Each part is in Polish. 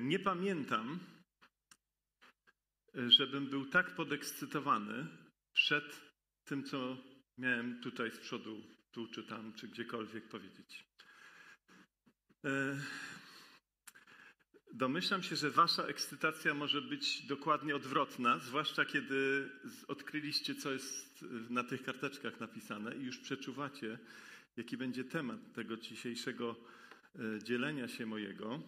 Nie pamiętam, żebym był tak podekscytowany przed tym, co miałem tutaj z przodu, tu czy tam, czy gdziekolwiek powiedzieć. Domyślam się, że wasza ekscytacja może być dokładnie odwrotna, zwłaszcza kiedy odkryliście, co jest na tych karteczkach napisane i już przeczuwacie, jaki będzie temat tego dzisiejszego dzielenia się mojego.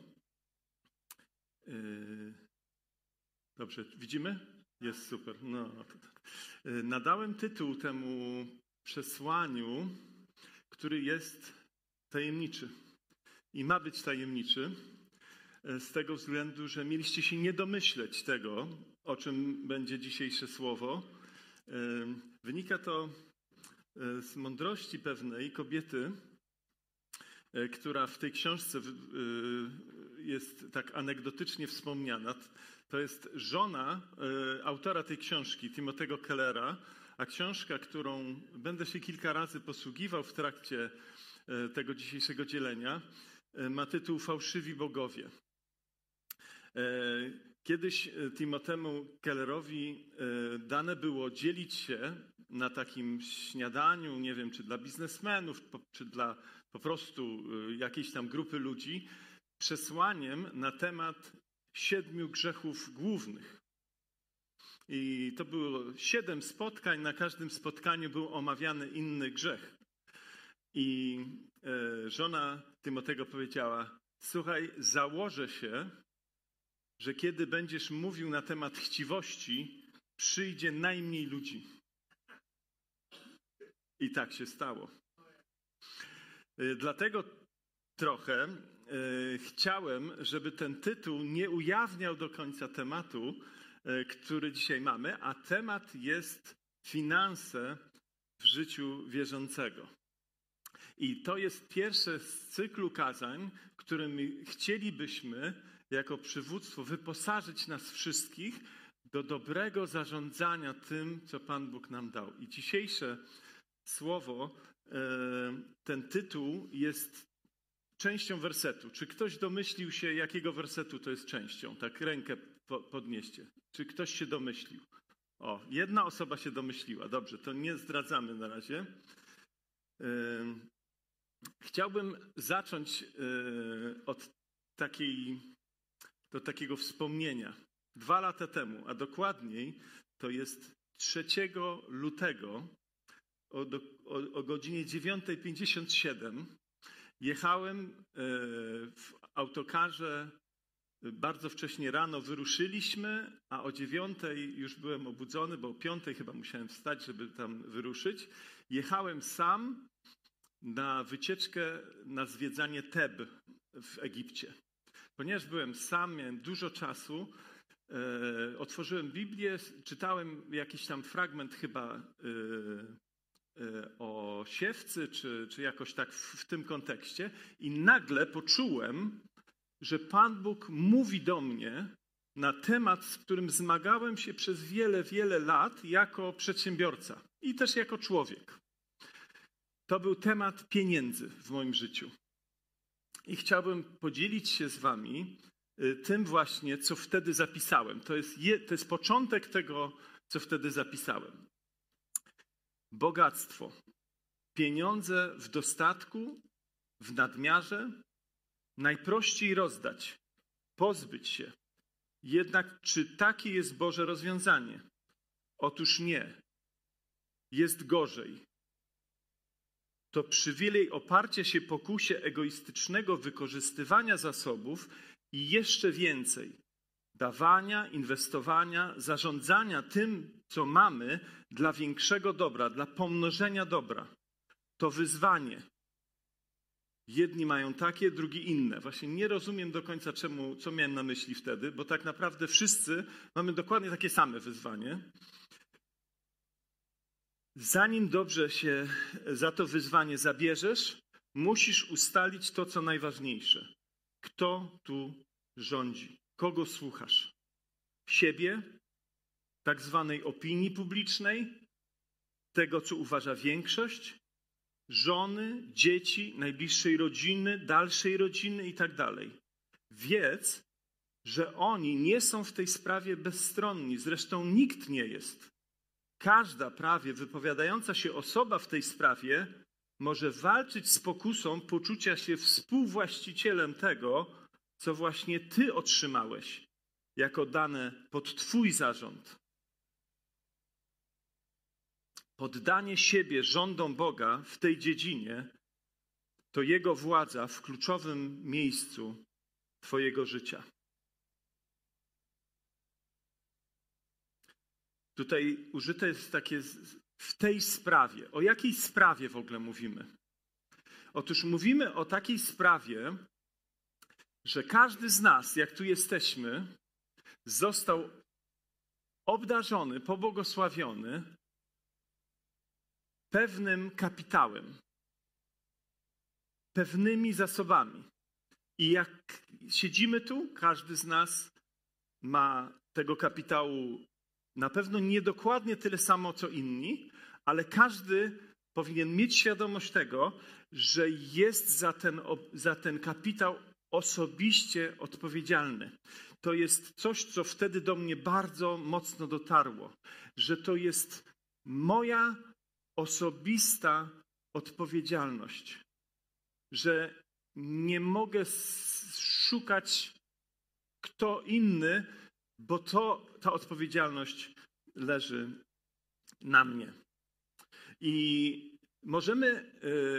Dobrze, widzimy? Jest super. No. Nadałem tytuł temu przesłaniu, który jest tajemniczy i ma być tajemniczy. Z tego względu, że mieliście się nie domyśleć tego, o czym będzie dzisiejsze słowo. Wynika to z mądrości pewnej kobiety, która w tej książce jest tak anegdotycznie wspomniana. To jest żona autora tej książki, Timothy'ego Kellera, a książka, którą będę się kilka razy posługiwał w trakcie tego dzisiejszego dzielenia, ma tytuł Fałszywi bogowie. Kiedyś Timothemu Kellerowi dane było dzielić się na takim śniadaniu, nie wiem, czy dla biznesmenów, czy dla po prostu jakiejś tam grupy ludzi, przesłaniem na temat 7 grzechów głównych. I to było 7 spotkań, na każdym spotkaniu był omawiany inny grzech. I żona Timothego powiedziała: słuchaj, założę się, że kiedy będziesz mówił na temat chciwości, przyjdzie najmniej ludzi. I tak się stało. Dlatego trochę chciałem, żeby ten tytuł nie ujawniał do końca tematu, który dzisiaj mamy, a temat jest finanse w życiu wierzącego. I to jest pierwsze z cyklu kazań, którymi chcielibyśmy jako przywództwo wyposażyć nas wszystkich do dobrego zarządzania tym, co Pan Bóg nam dał. I dzisiejsze słowo, ten tytuł jest częścią wersetu. Czy ktoś domyślił się, jakiego wersetu to jest częścią? Tak, rękę podnieście. Czy ktoś się domyślił? O, jedna osoba się domyśliła. Dobrze, to nie zdradzamy na razie. Chciałbym zacząć od takiego wspomnienia. 2 lata temu, a dokładniej to jest 3 lutego o godzinie 9:57 jechałem w autokarze, bardzo wcześnie rano wyruszyliśmy, a o 9:00 już byłem obudzony, bo o 5:00 chyba musiałem wstać, żeby tam wyruszyć. Jechałem sam na wycieczkę na zwiedzanie Teb w Egipcie. Ponieważ byłem sam, miałem dużo czasu, otworzyłem Biblię, czytałem jakiś tam fragment chyba o siewcy, czy jakoś tak w tym kontekście i nagle poczułem, że Pan Bóg mówi do mnie na temat, z którym zmagałem się przez wiele, wiele lat jako przedsiębiorca i też jako człowiek. To był temat pieniędzy w moim życiu. I chciałbym podzielić się z wami tym właśnie, co wtedy zapisałem. To jest początek tego, co wtedy zapisałem. Bogactwo. Pieniądze w dostatku, w nadmiarze. Najprościej rozdać, pozbyć się. Jednak czy takie jest Boże rozwiązanie? Otóż nie. Jest gorzej. To przywilej oparcia się pokusie egoistycznego wykorzystywania zasobów i jeszcze więcej dawania, inwestowania, zarządzania tym, co mamy dla większego dobra, dla pomnożenia dobra. To wyzwanie. Jedni mają takie, drugi inne. Właśnie nie rozumiem do końca, co miałem na myśli wtedy, bo tak naprawdę wszyscy mamy dokładnie takie same wyzwanie. Zanim dobrze się za to wyzwanie zabierzesz, musisz ustalić to, co najważniejsze. Kto tu rządzi? Kogo słuchasz? Siebie? Tak zwanej opinii publicznej? Tego, co uważa większość? Żony, dzieci, najbliższej rodziny, dalszej rodziny i tak dalej. Wiedz, że oni nie są w tej sprawie bezstronni. Zresztą nikt nie jest. Każda prawie wypowiadająca się osoba w tej sprawie może walczyć z pokusą poczucia się współwłaścicielem tego, co właśnie ty otrzymałeś jako dane pod twój zarząd. Poddanie siebie rządom Boga w tej dziedzinie to Jego władza w kluczowym miejscu twojego życia. Tutaj użyte jest takie w tej sprawie. O jakiej sprawie w ogóle mówimy? Otóż mówimy o takiej sprawie, że każdy z nas, jak tu jesteśmy, został obdarzony, pobłogosławiony pewnym kapitałem, pewnymi zasobami. I jak siedzimy tu, każdy z nas ma tego kapitału na pewno niedokładnie tyle samo, co inni, ale każdy powinien mieć świadomość tego, że jest za ten kapitał osobiście odpowiedzialny. To jest coś, co wtedy do mnie bardzo mocno dotarło, że to jest moja osobista odpowiedzialność, że nie mogę szukać kto inny, bo ta odpowiedzialność leży na mnie. I możemy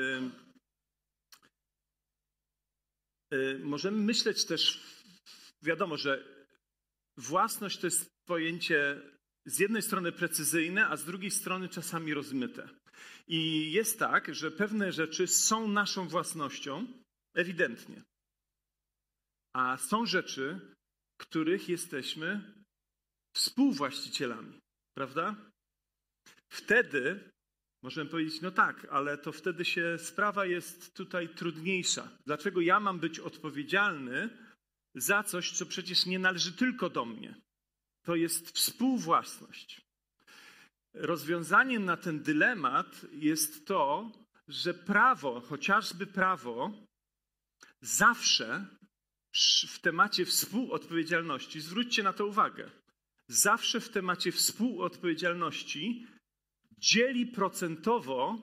myśleć też, wiadomo, że własność to jest pojęcie z jednej strony precyzyjne, a z drugiej strony czasami rozmyte. I jest tak, że pewne rzeczy są naszą własnością, ewidentnie. A są rzeczy, których jesteśmy współwłaścicielami, prawda? Wtedy możemy powiedzieć, no tak, ale to wtedy sprawa jest tutaj trudniejsza. Dlaczego ja mam być odpowiedzialny za coś, co przecież nie należy tylko do mnie? To jest współwłasność. Rozwiązaniem na ten dylemat jest to, że prawo, chociażby prawo, zawsze w temacie współodpowiedzialności, zwróćcie na to uwagę, zawsze w temacie współodpowiedzialności dzieli procentowo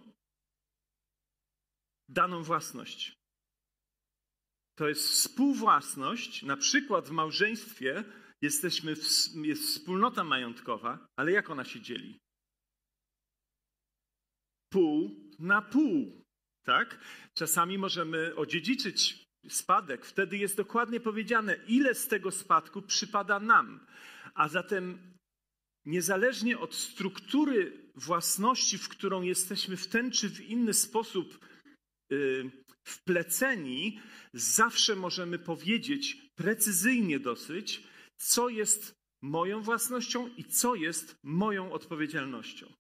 daną własność. To jest współwłasność, na przykład w małżeństwie jest wspólnota majątkowa, ale jak ona się dzieli? Pół na pół, tak? Czasami możemy odziedziczyć spadek, wtedy jest dokładnie powiedziane, ile z tego spadku przypada nam. A zatem niezależnie od struktury własności, w którą jesteśmy w ten czy w inny sposób wpleceni, zawsze możemy powiedzieć precyzyjnie dosyć, co jest moją własnością i co jest moją odpowiedzialnością.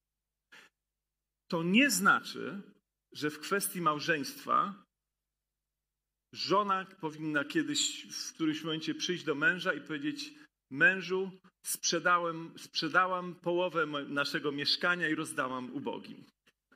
To nie znaczy, że w kwestii małżeństwa żona powinna kiedyś w którymś momencie przyjść do męża i powiedzieć: mężu, sprzedałam połowę naszego mieszkania i rozdałam ubogim.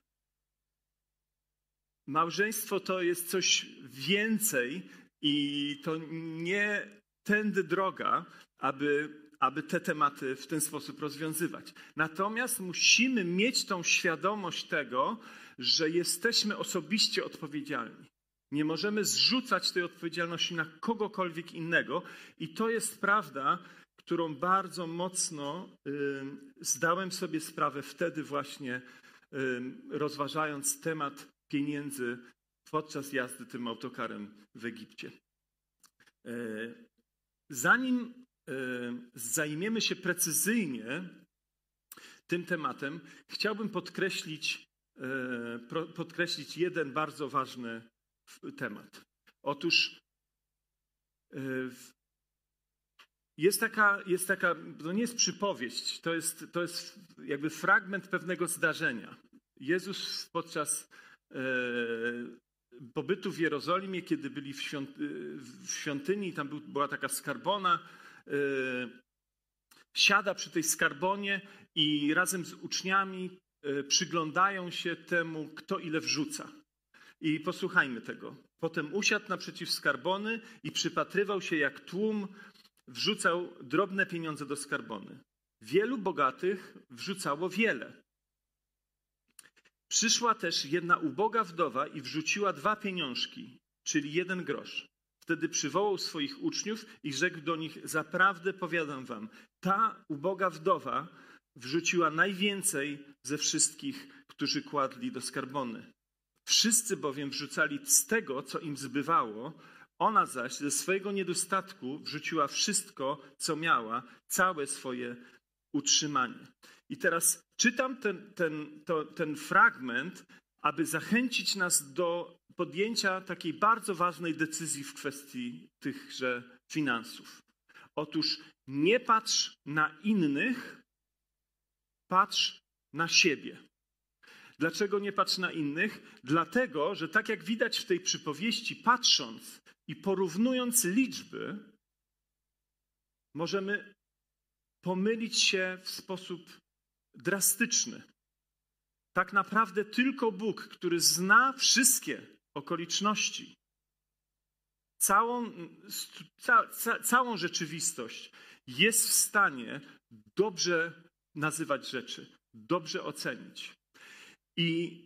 Małżeństwo to jest coś więcej i to nie tędy droga, aby te tematy w ten sposób rozwiązywać. Natomiast musimy mieć tą świadomość tego, że jesteśmy osobiście odpowiedzialni. Nie możemy zrzucać tej odpowiedzialności na kogokolwiek innego i to jest prawda, którą bardzo mocno zdałem sobie sprawę wtedy właśnie, rozważając temat pieniędzy podczas jazdy tym autokarem w Egipcie. Zanim zajmiemy się precyzyjnie tym tematem, chciałbym podkreślić jeden bardzo ważny temat. Otóż jest taka, to nie jest przypowieść, to jest jakby fragment pewnego zdarzenia. Jezus podczas pobytu w Jerozolimie, kiedy byli w świątyni, tam była taka skarbona, siada przy tej skarbonie i razem z uczniami przyglądają się temu, kto ile wrzuca. I posłuchajmy tego. Potem usiadł naprzeciw skarbony i przypatrywał się, jak tłum wrzucał drobne pieniądze do skarbony. Wielu bogatych wrzucało wiele. Przyszła też jedna uboga wdowa i wrzuciła 2 pieniążki, czyli 1 grosz. Wtedy przywołał swoich uczniów i rzekł do nich: zaprawdę powiadam wam, ta uboga wdowa wrzuciła najwięcej ze wszystkich, którzy kładli do skarbony. Wszyscy bowiem wrzucali z tego, co im zbywało, ona zaś ze swojego niedostatku wrzuciła wszystko, co miała, całe swoje utrzymanie. I teraz czytam ten fragment, aby zachęcić nas do podjęcia takiej bardzo ważnej decyzji w kwestii tychże finansów. Otóż nie patrz na innych, patrz na siebie. Dlaczego nie patrz na innych? Dlatego, że tak jak widać w tej przypowieści, patrząc i porównując liczby, możemy pomylić się w sposób drastyczny. Tak naprawdę tylko Bóg, który zna wszystkie okoliczności, całą rzeczywistość, jest w stanie dobrze nazywać rzeczy, dobrze ocenić. I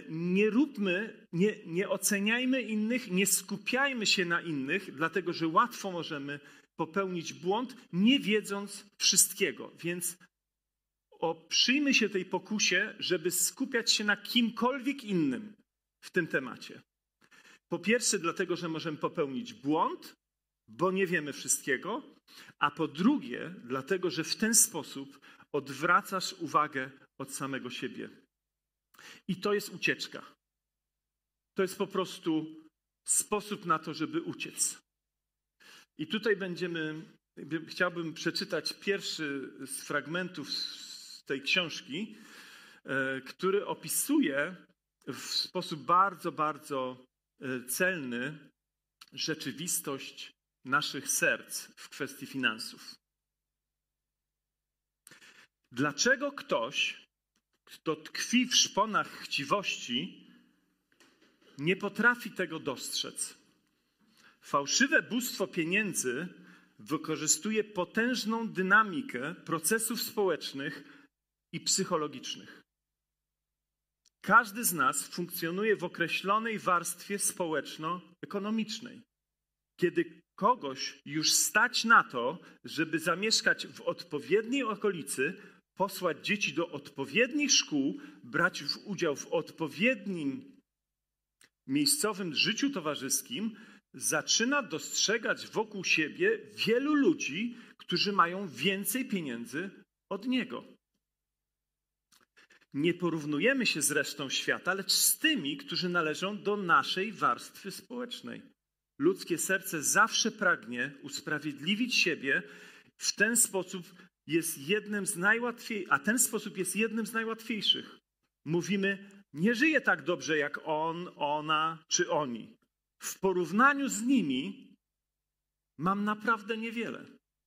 nie oceniajmy innych, nie skupiajmy się na innych, dlatego że łatwo możemy popełnić błąd, nie wiedząc wszystkiego. Więc oprzyjmy się tej pokusie, żeby skupiać się na kimkolwiek innym w tym temacie. Po pierwsze, dlatego, że możemy popełnić błąd, bo nie wiemy wszystkiego, a po drugie, dlatego, że w ten sposób odwracasz uwagę od samego siebie. I to jest ucieczka. To jest po prostu sposób na to, żeby uciec. I tutaj chciałbym przeczytać pierwszy z fragmentów z tej książki, który opisuje w sposób bardzo, bardzo celny rzeczywistość naszych serc w kwestii finansów. Dlaczego ktoś, kto tkwi w szponach chciwości, nie potrafi tego dostrzec? Fałszywe bóstwo pieniędzy wykorzystuje potężną dynamikę procesów społecznych i psychologicznych. Każdy z nas funkcjonuje w określonej warstwie społeczno-ekonomicznej. Kiedy kogoś już stać na to, żeby zamieszkać w odpowiedniej okolicy, posłać dzieci do odpowiednich szkół, brać udział w odpowiednim miejscowym życiu towarzyskim, zaczyna dostrzegać wokół siebie wielu ludzi, którzy mają więcej pieniędzy od niego. Nie porównujemy się z resztą świata, lecz z tymi, którzy należą do naszej warstwy społecznej. Ludzkie serce zawsze pragnie usprawiedliwić siebie, w ten sposób jest jednym z najłatwiejszych. Mówimy, nie żyję tak dobrze jak on, ona czy oni. W porównaniu z nimi mam naprawdę niewiele.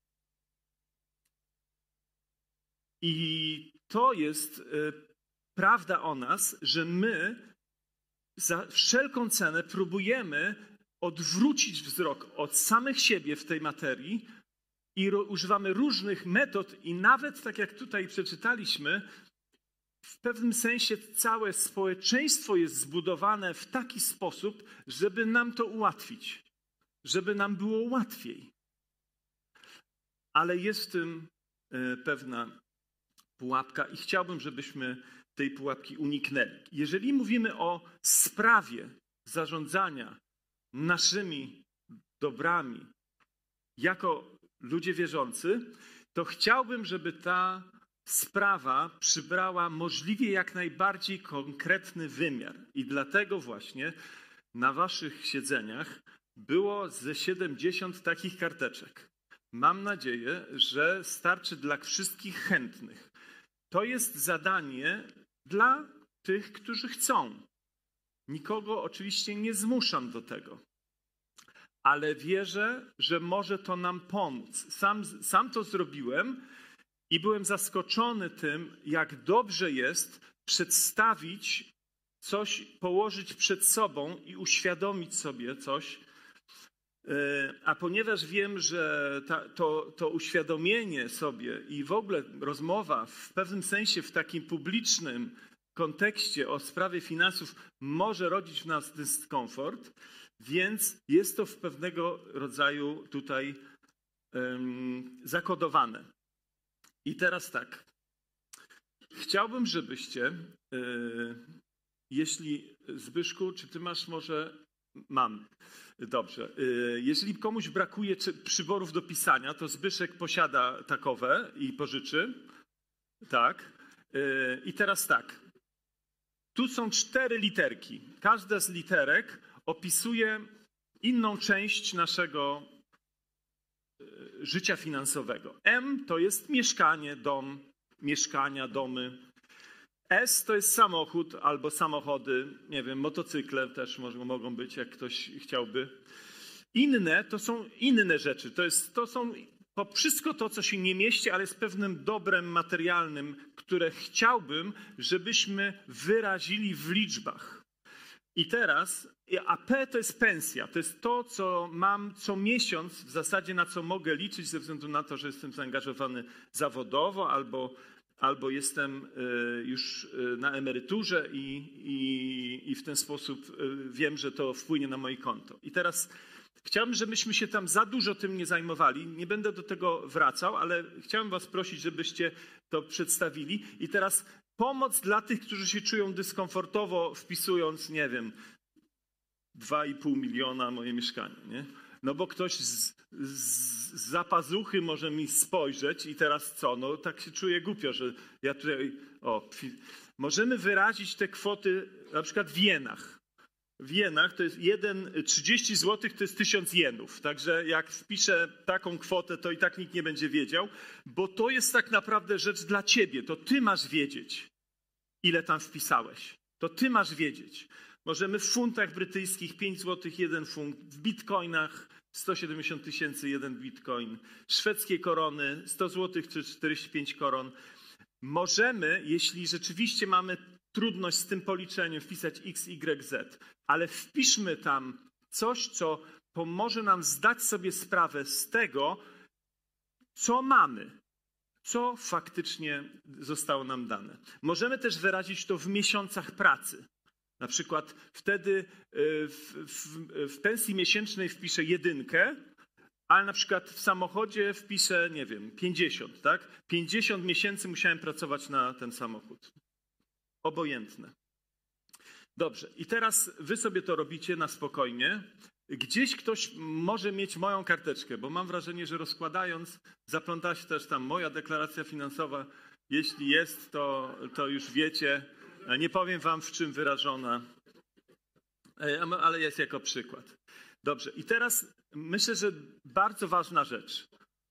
I to jest prawda o nas, że my za wszelką cenę próbujemy odwrócić wzrok od samych siebie w tej materii i używamy różnych metod i nawet, tak jak tutaj przeczytaliśmy, w pewnym sensie całe społeczeństwo jest zbudowane w taki sposób, żeby nam to ułatwić, żeby nam było łatwiej. Ale jest w tym pewna pułapka i chciałbym, żebyśmy tej pułapki uniknęli. Jeżeli mówimy o sprawie zarządzania naszymi dobrami jako ludzie wierzący, to chciałbym, żeby ta sprawa przybrała możliwie jak najbardziej konkretny wymiar. I dlatego właśnie na waszych siedzeniach było ze 70 takich karteczek. Mam nadzieję, że starczy dla wszystkich chętnych. To jest zadanie dla tych, którzy chcą. Nikogo oczywiście nie zmuszam do tego. Ale wierzę, że może to nam pomóc. Sam to zrobiłem i byłem zaskoczony tym, jak dobrze jest przedstawić coś, położyć przed sobą i uświadomić sobie coś, A ponieważ wiem, że to uświadomienie sobie i w ogóle rozmowa w pewnym sensie w takim publicznym kontekście o sprawie finansów może rodzić w nas dyskomfort, więc jest to w pewnego rodzaju tutaj zakodowane. I teraz tak. Chciałbym, żebyście, jeśli Zbyszku, czy ty masz może... Mam. Dobrze. Jeżeli komuś brakuje przyborów do pisania, to Zbyszek posiada takowe i pożyczy. Tak. I teraz tak. Tu są 4 literki. Każda z literek opisuje inną część naszego życia finansowego. M to jest mieszkanie, dom, mieszkania, domy. S to jest samochód albo samochody, nie wiem, motocykle też mogą być, jak ktoś chciałby. Inne to są inne rzeczy. To są wszystko to, co się nie mieści, ale jest pewnym dobrem materialnym, które chciałbym, żebyśmy wyrazili w liczbach. I teraz, a P to jest pensja. To jest to, co mam co miesiąc, w zasadzie na co mogę liczyć ze względu na to, że jestem zaangażowany zawodowo albo jestem już na emeryturze i w ten sposób wiem, że to wpłynie na moje konto. I teraz chciałbym, żebyśmy się tam za dużo tym nie zajmowali. Nie będę do tego wracał, ale chciałem was prosić, żebyście to przedstawili. I teraz pomoc dla tych, którzy się czują dyskomfortowo wpisując, nie wiem, 2,5 miliona moje mieszkanie, nie? No bo ktoś z zapazuchy może mi spojrzeć i teraz co? No tak się czuję głupio, że ja tutaj... Możemy wyrazić te kwoty na przykład w jenach. W jenach to jest 30 zł to jest 1000 jenów. Także jak wpiszę taką kwotę, to i tak nikt nie będzie wiedział, bo to jest tak naprawdę rzecz dla ciebie. To ty masz wiedzieć, ile tam wpisałeś. To ty masz wiedzieć. Możemy w funtach brytyjskich 5 zł 1 funt, w bitcoinach 170 000 1 bitcoin, szwedzkie korony 100 zł czy 45 koron. Możemy, jeśli rzeczywiście mamy trudność z tym policzeniem, wpisać X, Y, Z, ale wpiszmy tam coś, co pomoże nam zdać sobie sprawę z tego, co mamy, co faktycznie zostało nam dane. Możemy też wyrazić to w miesiącach pracy. Na przykład wtedy w pensji miesięcznej wpiszę 1, ale na przykład w samochodzie wpiszę, nie wiem, 50, tak? 50 miesięcy musiałem pracować na ten samochód. Obojętne. Dobrze, i teraz wy sobie to robicie na spokojnie. Gdzieś ktoś może mieć moją karteczkę, bo mam wrażenie, że rozkładając zapląta się też tam moja deklaracja finansowa. Jeśli jest, to już wiecie. Nie powiem wam, w czym wyrażona, ale jest jako przykład. Dobrze, i teraz myślę, że bardzo ważna rzecz.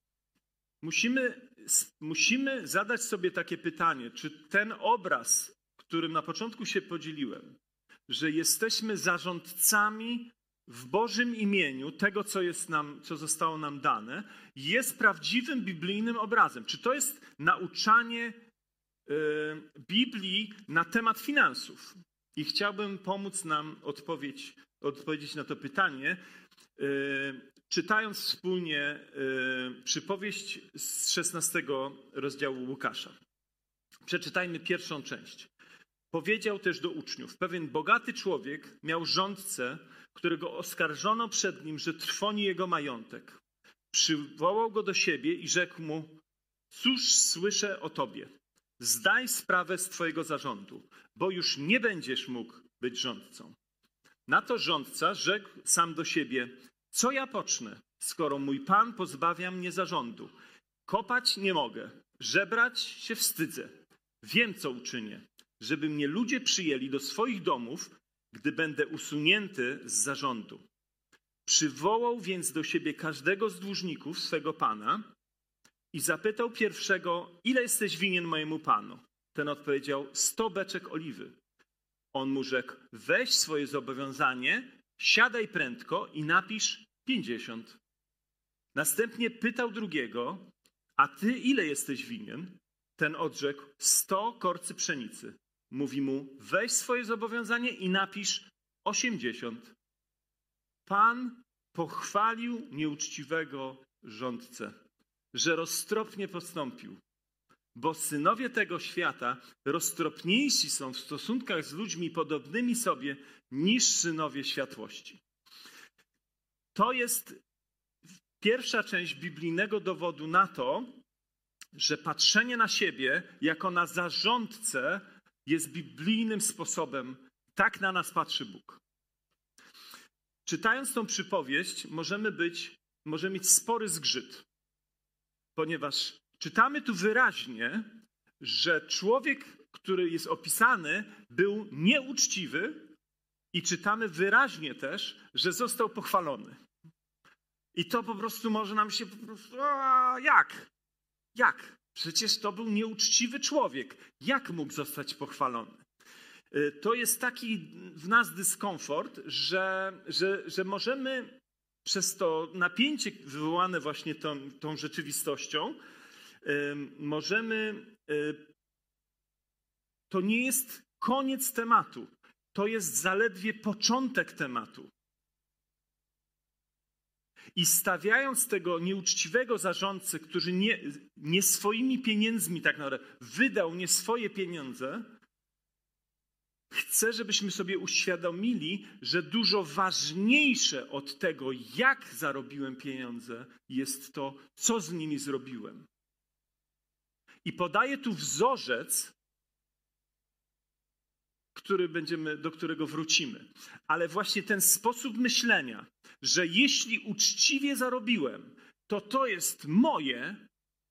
Musimy zadać sobie takie pytanie, czy ten obraz, którym na początku się podzieliłem, że jesteśmy zarządcami w Bożym imieniu tego, co zostało nam dane, jest prawdziwym biblijnym obrazem. Czy to jest nauczanie Biblii na temat finansów? I chciałbym pomóc nam odpowiedzieć na to pytanie, czytając wspólnie przypowieść z 16 rozdziału Łukasza. Przeczytajmy pierwszą część. Powiedział też do uczniów: pewien bogaty człowiek miał rządcę, którego oskarżono przed nim, że trwoni jego majątek. Przywołał go do siebie i rzekł mu: cóż słyszę o tobie? Zdaj sprawę z twojego zarządu, bo już nie będziesz mógł być rządcą. Na to rządca rzekł sam do siebie: co ja pocznę, skoro mój pan pozbawia mnie zarządu? Kopać nie mogę, żebrać się wstydzę. Wiem, co uczynię, żeby mnie ludzie przyjęli do swoich domów, gdy będę usunięty z zarządu. Przywołał więc do siebie każdego z dłużników swego pana i zapytał pierwszego: ile jesteś winien mojemu panu? Ten odpowiedział: 100 beczek oliwy. On mu rzekł: weź swoje zobowiązanie, siadaj prędko i napisz 50. Następnie pytał drugiego: a ty ile jesteś winien? Ten odrzekł: 100 korcy pszenicy. Mówi mu: weź swoje zobowiązanie i napisz 80. Pan pochwalił nieuczciwego rządcę, że roztropnie postąpił. Bo synowie tego świata roztropniejsi są w stosunkach z ludźmi podobnymi sobie niż synowie światłości. To jest pierwsza część biblijnego dowodu na to, że patrzenie na siebie jako na zarządcę jest biblijnym sposobem. Tak na nas patrzy Bóg. Czytając tą przypowieść, możemy mieć spory zgrzyt, ponieważ czytamy tu wyraźnie, że człowiek, który jest opisany, był nieuczciwy i czytamy wyraźnie też, że został pochwalony. I to po prostu może nam się jak? Jak? Przecież to był nieuczciwy człowiek. Jak mógł zostać pochwalony? To jest taki w nas dyskomfort, że możemy przez to napięcie wywołane właśnie tą rzeczywistością, to nie jest koniec tematu. To jest zaledwie początek tematu. I stawiając tego nieuczciwego zarządcę, który nie swoimi pieniędzmi tak naprawdę wydał nie swoje pieniądze, chcę, żebyśmy sobie uświadomili, że dużo ważniejsze od tego, jak zarobiłem pieniądze, jest to, co z nimi zrobiłem. I podaję tu wzorzec, do którego wrócimy. Ale właśnie ten sposób myślenia, że jeśli uczciwie zarobiłem, to jest moje,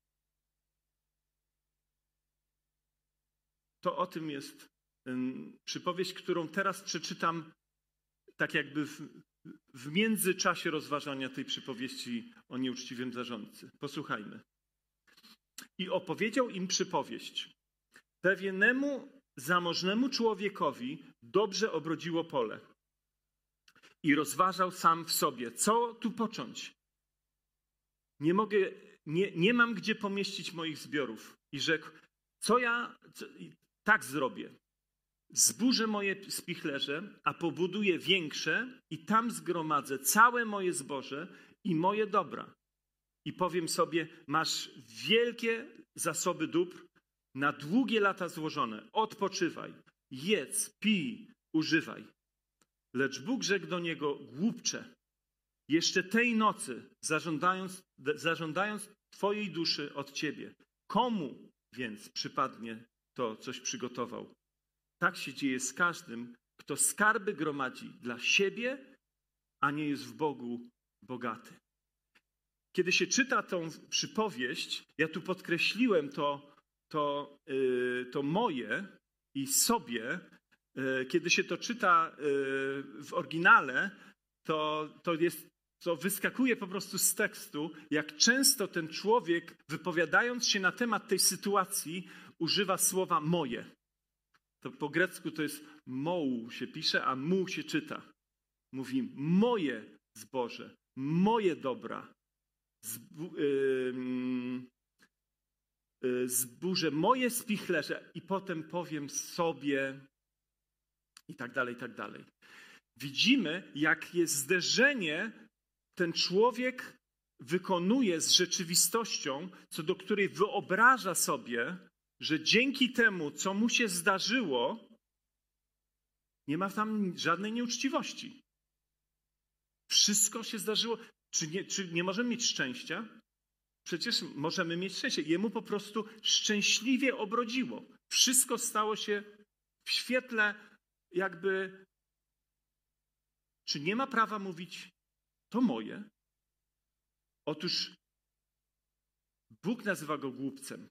to o tym jest przypowieść, którą teraz przeczytam tak jakby w międzyczasie rozważania tej przypowieści o nieuczciwym zarządcy. Posłuchajmy. I opowiedział im przypowieść. Pewnemu zamożnemu człowiekowi dobrze obrodziło pole. I rozważał sam w sobie, co tu począć. Nie mam gdzie pomieścić moich zbiorów. I rzekł, tak zrobię. Zburzę moje spichlerze, a pobuduję większe i tam zgromadzę całe moje zboże i moje dobra. I powiem sobie, masz wielkie zasoby dóbr, na długie lata złożone. Odpoczywaj, jedz, pij, używaj. Lecz Bóg rzekł do niego, głupcze, jeszcze tej nocy zażądając twojej duszy od ciebie. Komu więc przypadnie to, coś przygotował? Tak się dzieje z każdym, kto skarby gromadzi dla siebie, a nie jest w Bogu bogaty. Kiedy się czyta tą przypowieść, ja tu podkreśliłem to moje i sobie. Kiedy się to czyta w oryginale, to wyskakuje po prostu z tekstu, jak często ten człowiek, wypowiadając się na temat tej sytuacji, używa słowa moje. To po grecku to jest mou się pisze, a mu się czyta. Mówi moje zboże, moje dobra, zburzę moje spichlerze i potem powiem sobie i tak dalej, i tak dalej. Widzimy, jak jest zderzenie ten człowiek wykonuje z rzeczywistością, co do której wyobraża sobie, że dzięki temu, co mu się zdarzyło, nie ma tam żadnej nieuczciwości. Wszystko się zdarzyło. Czy nie możemy mieć szczęścia? Przecież możemy mieć szczęście. Jemu po prostu szczęśliwie obrodziło. Wszystko stało się w świetle jakby... Czy nie ma prawa mówić, to moje? Otóż Bóg nazywa go głupcem.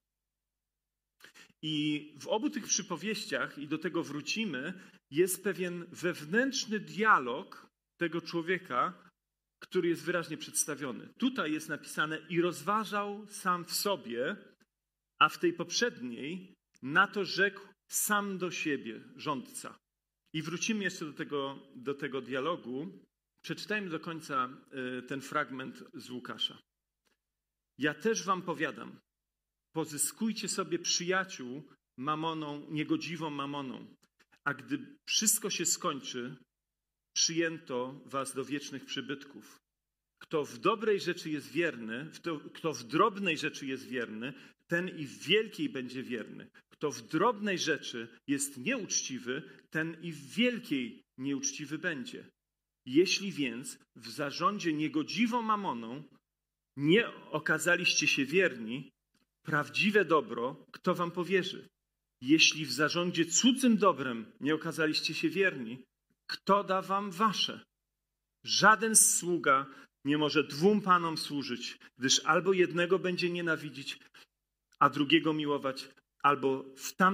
I w obu tych przypowieściach, i do tego wrócimy, jest pewien wewnętrzny dialog tego człowieka, który jest wyraźnie przedstawiony. Tutaj jest napisane i rozważał sam w sobie, a w tej poprzedniej na to rzekł sam do siebie, rządca. I wrócimy jeszcze do tego dialogu. Przeczytajmy do końca ten fragment z Łukasza. Ja też wam powiadam, pozyskujcie sobie przyjaciół mamoną, niegodziwą mamoną, a gdy wszystko się skończy, przyjęto was do wiecznych przybytków. Kto w dobrej rzeczy jest wierny, kto w drobnej rzeczy jest wierny, ten i w wielkiej będzie wierny. Kto w drobnej rzeczy jest nieuczciwy, ten i w wielkiej nieuczciwy będzie. Jeśli więc w zarządzie niegodziwą mamoną nie okazaliście się wierni, prawdziwe dobro kto wam powierzy? Jeśli w zarządzie cudzym dobrem nie okazaliście się wierni, kto da wam wasze? Żaden sługa nie może dwóm panom służyć, gdyż albo jednego będzie nienawidzić, a drugiego miłować, albo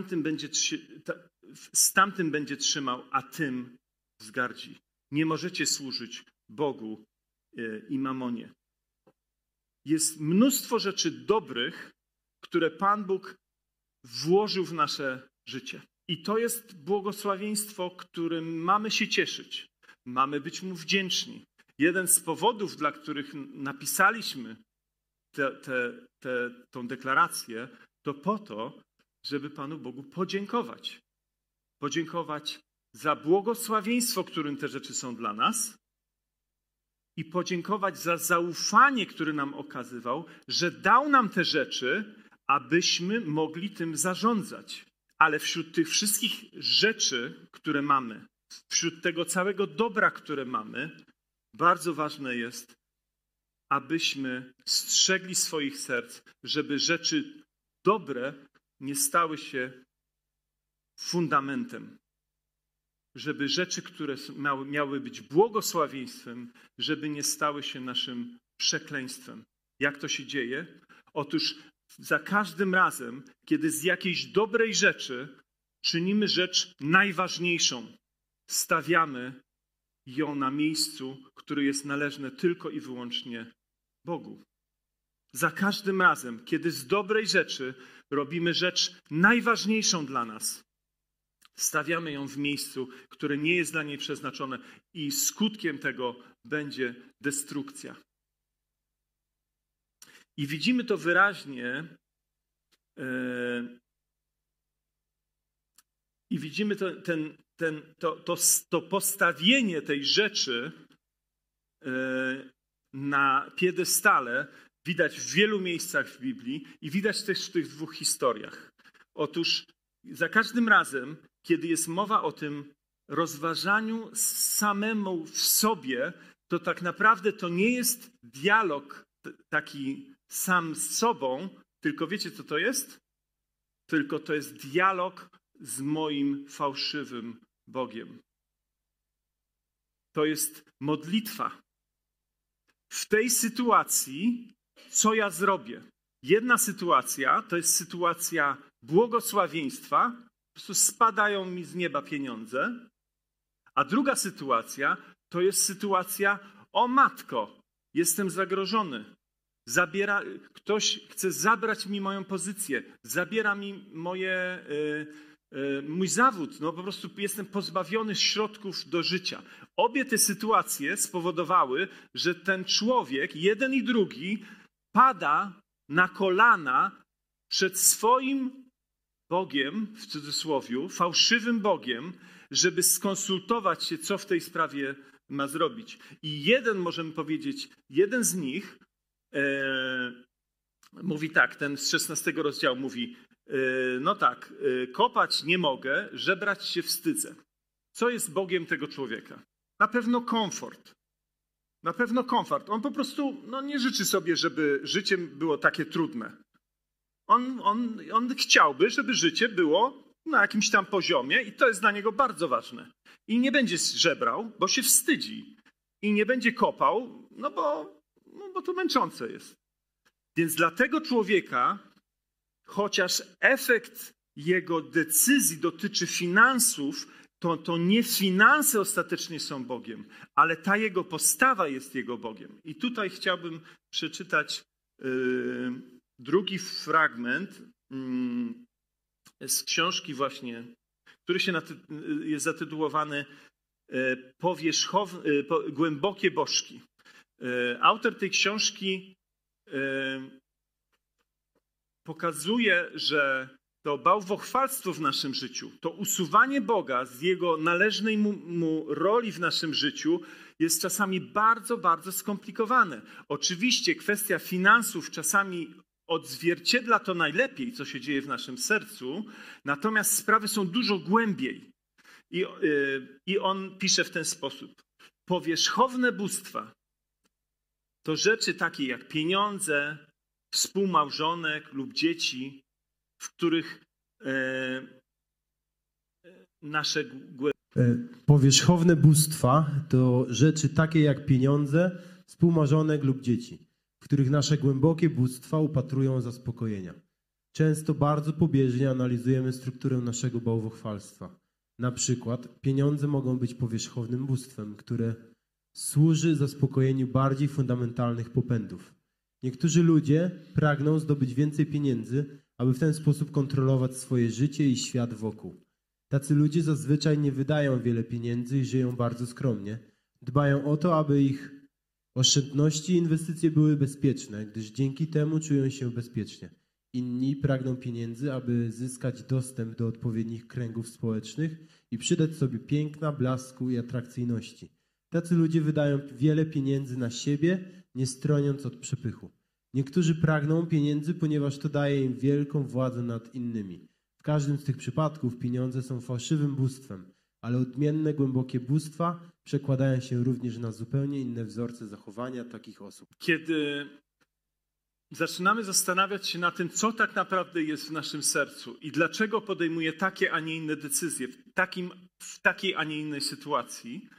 z tamtym będzie trzymał, a tym wzgardzi. Nie możecie służyć Bogu i mamonie. Jest mnóstwo rzeczy dobrych, które Pan Bóg włożył w nasze życie. I to jest błogosławieństwo, którym mamy się cieszyć. Mamy być Mu wdzięczni. Jeden z powodów, dla których napisaliśmy tą deklarację, to po to, żeby Panu Bogu podziękować. Podziękować za błogosławieństwo, którym te rzeczy są dla nas i podziękować za zaufanie, które nam okazywał, że dał nam te rzeczy, abyśmy mogli tym zarządzać. Ale wśród tych wszystkich rzeczy, które mamy, wśród tego całego dobra, które mamy, bardzo ważne jest, abyśmy strzegli swoich serc, żeby rzeczy dobre nie stały się fundamentem. Żeby rzeczy, które miały być błogosławieństwem, żeby nie stały się naszym przekleństwem. Jak to się dzieje? Otóż za każdym razem, kiedy z jakiejś dobrej rzeczy czynimy rzecz najważniejszą, stawiamy ją na miejscu, które jest należne tylko i wyłącznie Bogu. Za każdym razem, kiedy z dobrej rzeczy robimy rzecz najważniejszą dla nas, stawiamy ją w miejscu, które nie jest dla niej przeznaczone i skutkiem tego będzie destrukcja. I widzimy to wyraźnie i widzimy to postawienie tej rzeczy na piedestale widać w wielu miejscach w Biblii i widać też w tych dwóch historiach. Otóż za każdym razem, kiedy jest mowa o tym rozważaniu samemu w sobie, to tak naprawdę to nie jest dialog taki sam z sobą, tylko wiecie, co to jest? Tylko to jest dialog z moim fałszywym Bogiem. To jest modlitwa. W tej sytuacji, co ja zrobię? Jedna sytuacja to jest sytuacja błogosławieństwa, po prostu spadają mi z nieba pieniądze, a druga sytuacja to jest sytuacja, o matko, jestem zagrożony. Ktoś chce zabrać mi moją pozycję, zabiera mi mój zawód, no po prostu jestem pozbawiony środków do życia. Obie te sytuacje spowodowały, że ten człowiek, jeden i drugi, pada na kolana przed swoim Bogiem, w cudzysłowiu, fałszywym Bogiem, żeby skonsultować się, co w tej sprawie ma zrobić. I możemy powiedzieć, jeden z nich mówi tak, ten z 16 rozdziału mówi, no tak, kopać nie mogę, żebrać się wstydzę. Co jest Bogiem tego człowieka? Na pewno komfort. Na pewno komfort. On po prostu nie życzy sobie, żeby życie było takie trudne. On chciałby, żeby życie było na jakimś tam poziomie i to jest dla niego bardzo ważne. I nie będzie żebrał, bo się wstydzi. I nie będzie kopał, bo to męczące jest. Więc dla tego człowieka, chociaż efekt jego decyzji dotyczy finansów, to nie finanse ostatecznie są Bogiem, ale ta jego postawa jest jego Bogiem. I tutaj chciałbym przeczytać drugi fragment z książki właśnie, który jest zatytułowany Głębokie bożki. Autor tej książki pokazuje, że to bałwochwalstwo w naszym życiu, to usuwanie Boga z Jego należnej mu roli w naszym życiu jest czasami bardzo, bardzo skomplikowane. Oczywiście kwestia finansów czasami odzwierciedla to najlepiej, co się dzieje w naszym sercu, natomiast sprawy są dużo głębiej. I on pisze w ten sposób. Powierzchowne bóstwa to rzeczy takie jak pieniądze, współmałżonek lub dzieci, w których nasze Powierzchowne bóstwa to rzeczy takie jak pieniądze, współmałżonek lub dzieci, w których nasze głębokie bóstwa upatrują zaspokojenia. Często bardzo pobieżnie analizujemy strukturę naszego bałwochwalstwa. Na przykład pieniądze mogą być powierzchownym bóstwem, które służy zaspokojeniu bardziej fundamentalnych popędów. Niektórzy ludzie pragną zdobyć więcej pieniędzy, aby w ten sposób kontrolować swoje życie i świat wokół. Tacy ludzie zazwyczaj nie wydają wiele pieniędzy i żyją bardzo skromnie. Dbają o to, aby ich oszczędności i inwestycje były bezpieczne, gdyż dzięki temu czują się bezpiecznie. Inni pragną pieniędzy, aby zyskać dostęp do odpowiednich kręgów społecznych i przydać sobie piękna, blasku i atrakcyjności. Tacy ludzie wydają wiele pieniędzy na siebie, nie stroniąc od przepychu. Niektórzy pragną pieniędzy, ponieważ to daje im wielką władzę nad innymi. W każdym z tych przypadków pieniądze są fałszywym bóstwem, ale odmienne, głębokie bóstwa przekładają się również na zupełnie inne wzorce zachowania takich osób. Kiedy zaczynamy zastanawiać się nad tym, co tak naprawdę jest w naszym sercu i dlaczego podejmuję takie, a nie inne decyzje w takiej, a nie innej sytuacji,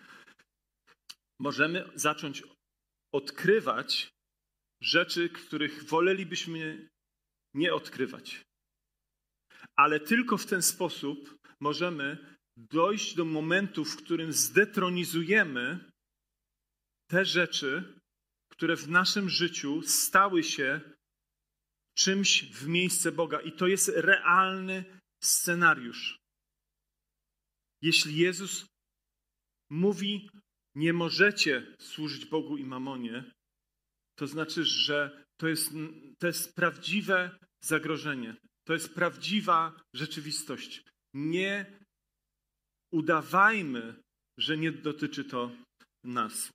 możemy zacząć odkrywać rzeczy, których wolelibyśmy nie odkrywać. Ale tylko w ten sposób możemy dojść do momentu, w którym zdetronizujemy te rzeczy, które w naszym życiu stały się czymś w miejsce Boga. I to jest realny scenariusz. Jeśli Jezus mówi, nie możecie służyć Bogu i mamonie, to znaczy, że to jest prawdziwe zagrożenie. To jest prawdziwa rzeczywistość. Nie udawajmy, że nie dotyczy to nas.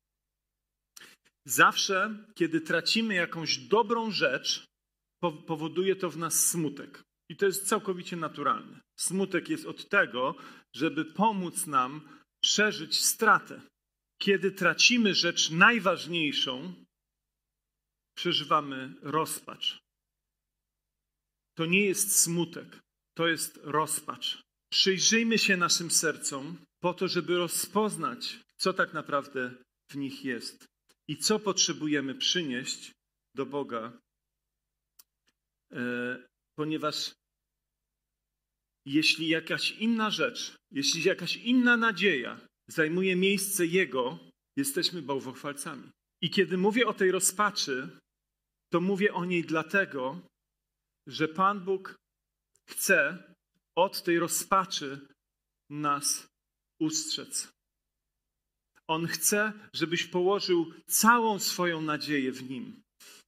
Zawsze, kiedy tracimy jakąś dobrą rzecz, powoduje to w nas smutek. I to jest całkowicie naturalne. Smutek jest od tego, żeby pomóc nam przeżyć stratę. Kiedy tracimy rzecz najważniejszą, przeżywamy rozpacz. To nie jest smutek, to jest rozpacz. Przyjrzyjmy się naszym sercom po to, żeby rozpoznać, co tak naprawdę w nich jest i co potrzebujemy przynieść do Boga, ponieważ jeśli jakaś inna rzecz, jeśli jakaś inna nadzieja zajmuje miejsce Jego, jesteśmy bałwochwalcami. I kiedy mówię o tej rozpaczy, to mówię o niej dlatego, że Pan Bóg chce od tej rozpaczy nas ustrzec. On chce, żebyś położył całą swoją nadzieję w Nim.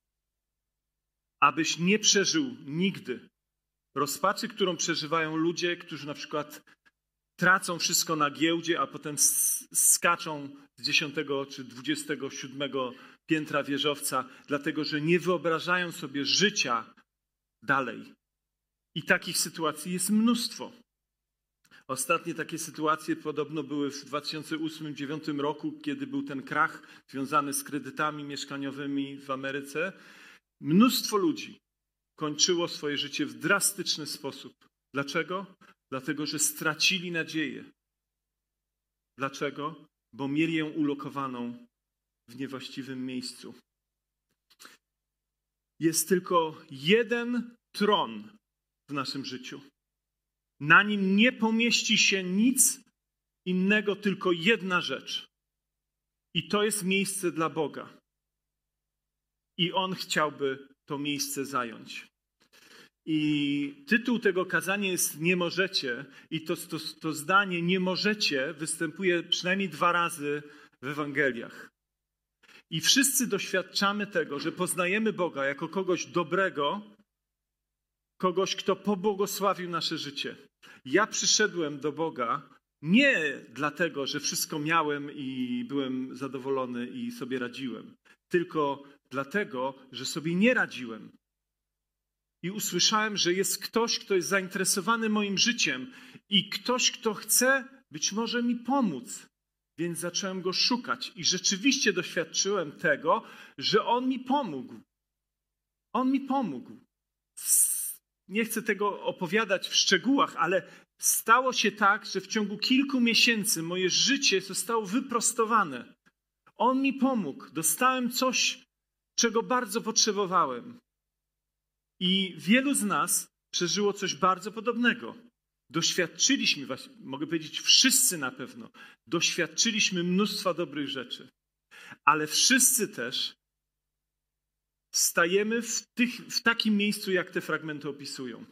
Abyś nie przeżył nigdy rozpaczy, którą przeżywają ludzie, którzy na przykład tracą wszystko na giełdzie, a potem skaczą z 10 czy 27 piętra wieżowca, dlatego że nie wyobrażają sobie życia dalej. I takich sytuacji jest mnóstwo. Ostatnie takie sytuacje podobno były w 2008-2009 roku, kiedy był ten krach związany z kredytami mieszkaniowymi w Ameryce. Mnóstwo ludzi kończyło swoje życie w drastyczny sposób. Dlaczego? Dlatego, że stracili nadzieję. Dlaczego? Bo mieli ją ulokowaną w niewłaściwym miejscu. Jest tylko jeden tron w naszym życiu. Na nim nie pomieści się nic innego, tylko jedna rzecz. I to jest miejsce dla Boga. I On chciałby to miejsce zająć. I tytuł tego kazania jest Nie możecie. I to zdanie nie możecie występuje przynajmniej 2 razy w Ewangeliach. I wszyscy doświadczamy tego, że poznajemy Boga jako kogoś dobrego, kogoś, kto pobłogosławił nasze życie. Ja przyszedłem do Boga nie dlatego, że wszystko miałem i byłem zadowolony i sobie radziłem, tylko dlatego, że sobie nie radziłem. I usłyszałem, że jest ktoś, kto jest zainteresowany moim życiem i ktoś, kto chce być może mi pomóc. Więc zacząłem go szukać i rzeczywiście doświadczyłem tego, że on mi pomógł. On mi pomógł. Nie chcę tego opowiadać w szczegółach, ale stało się tak, że w ciągu kilku miesięcy moje życie zostało wyprostowane. On mi pomógł. Dostałem coś, czego bardzo potrzebowałem. I wielu z nas przeżyło coś bardzo podobnego. Doświadczyliśmy, mogę powiedzieć wszyscy na pewno, doświadczyliśmy mnóstwa dobrych rzeczy. Ale wszyscy też stajemy w takim miejscu, jak te fragmenty opisują.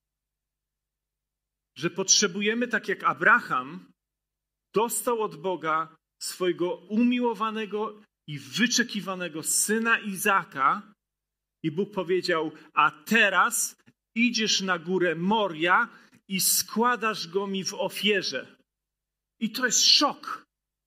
Że potrzebujemy, tak jak Abraham, dostał od Boga swojego umiłowanego i wyczekiwanego syna Izaaka i Bóg powiedział, a teraz idziesz na górę Moria i składasz go mi w ofierze. I to jest szok.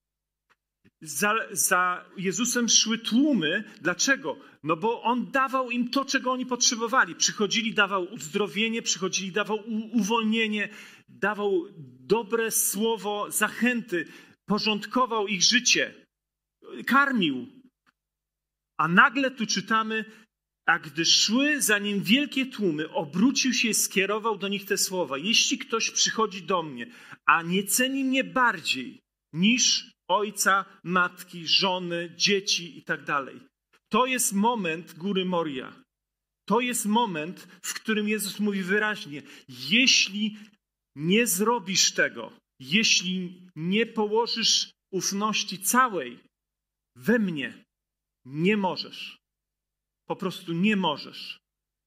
Za Jezusem szły tłumy. Dlaczego? No bo On dawał im to, czego oni potrzebowali. Przychodzili, dawał uzdrowienie, przychodzili, dawał uwolnienie, dawał dobre słowo, zachęty, porządkował ich życie, karmił. A nagle tu czytamy, a gdy szły za nim wielkie tłumy, obrócił się i skierował do nich te słowa. Jeśli ktoś przychodzi do mnie, a nie ceni mnie bardziej niż ojca, matki, żony, dzieci i tak dalej. To jest moment góry Moria. To jest moment, w którym Jezus mówi wyraźnie, jeśli nie zrobisz tego, jeśli nie położysz ufności całej we mnie, nie możesz. Po prostu nie możesz.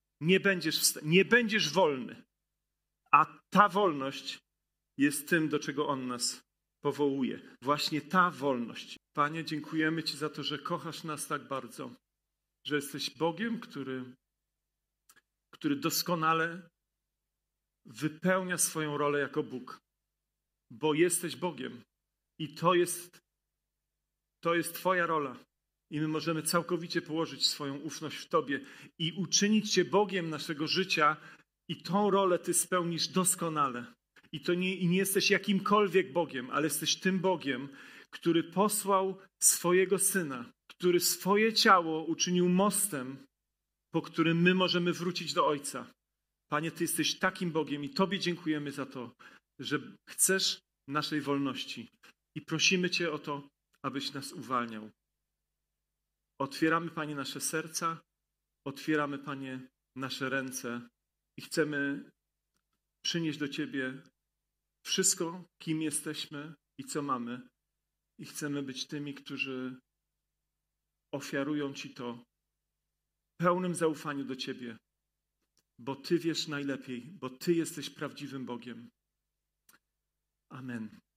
Nie będziesz wolny. A ta wolność jest tym, do czego On nas powołuje. Właśnie ta wolność. Panie, dziękujemy Ci za to, że kochasz nas tak bardzo, że jesteś Bogiem, który doskonale wypełnia swoją rolę jako Bóg. Bo jesteś Bogiem. I to jest Twoja rola. I my możemy całkowicie położyć swoją ufność w Tobie i uczynić Cię Bogiem naszego życia i tą rolę Ty spełnisz doskonale. I nie jesteś jakimkolwiek Bogiem, ale jesteś tym Bogiem, który posłał swojego Syna, który swoje ciało uczynił mostem, po którym my możemy wrócić do Ojca. Panie, Ty jesteś takim Bogiem i Tobie dziękujemy za to, że chcesz naszej wolności. I prosimy Cię o to, abyś nas uwalniał. Otwieramy, Panie, nasze serca, otwieramy, Panie, nasze ręce i chcemy przynieść do Ciebie wszystko, kim jesteśmy i co mamy. I chcemy być tymi, którzy ofiarują Ci to w pełnym zaufaniu do Ciebie, bo Ty wiesz najlepiej, bo Ty jesteś prawdziwym Bogiem. Amen.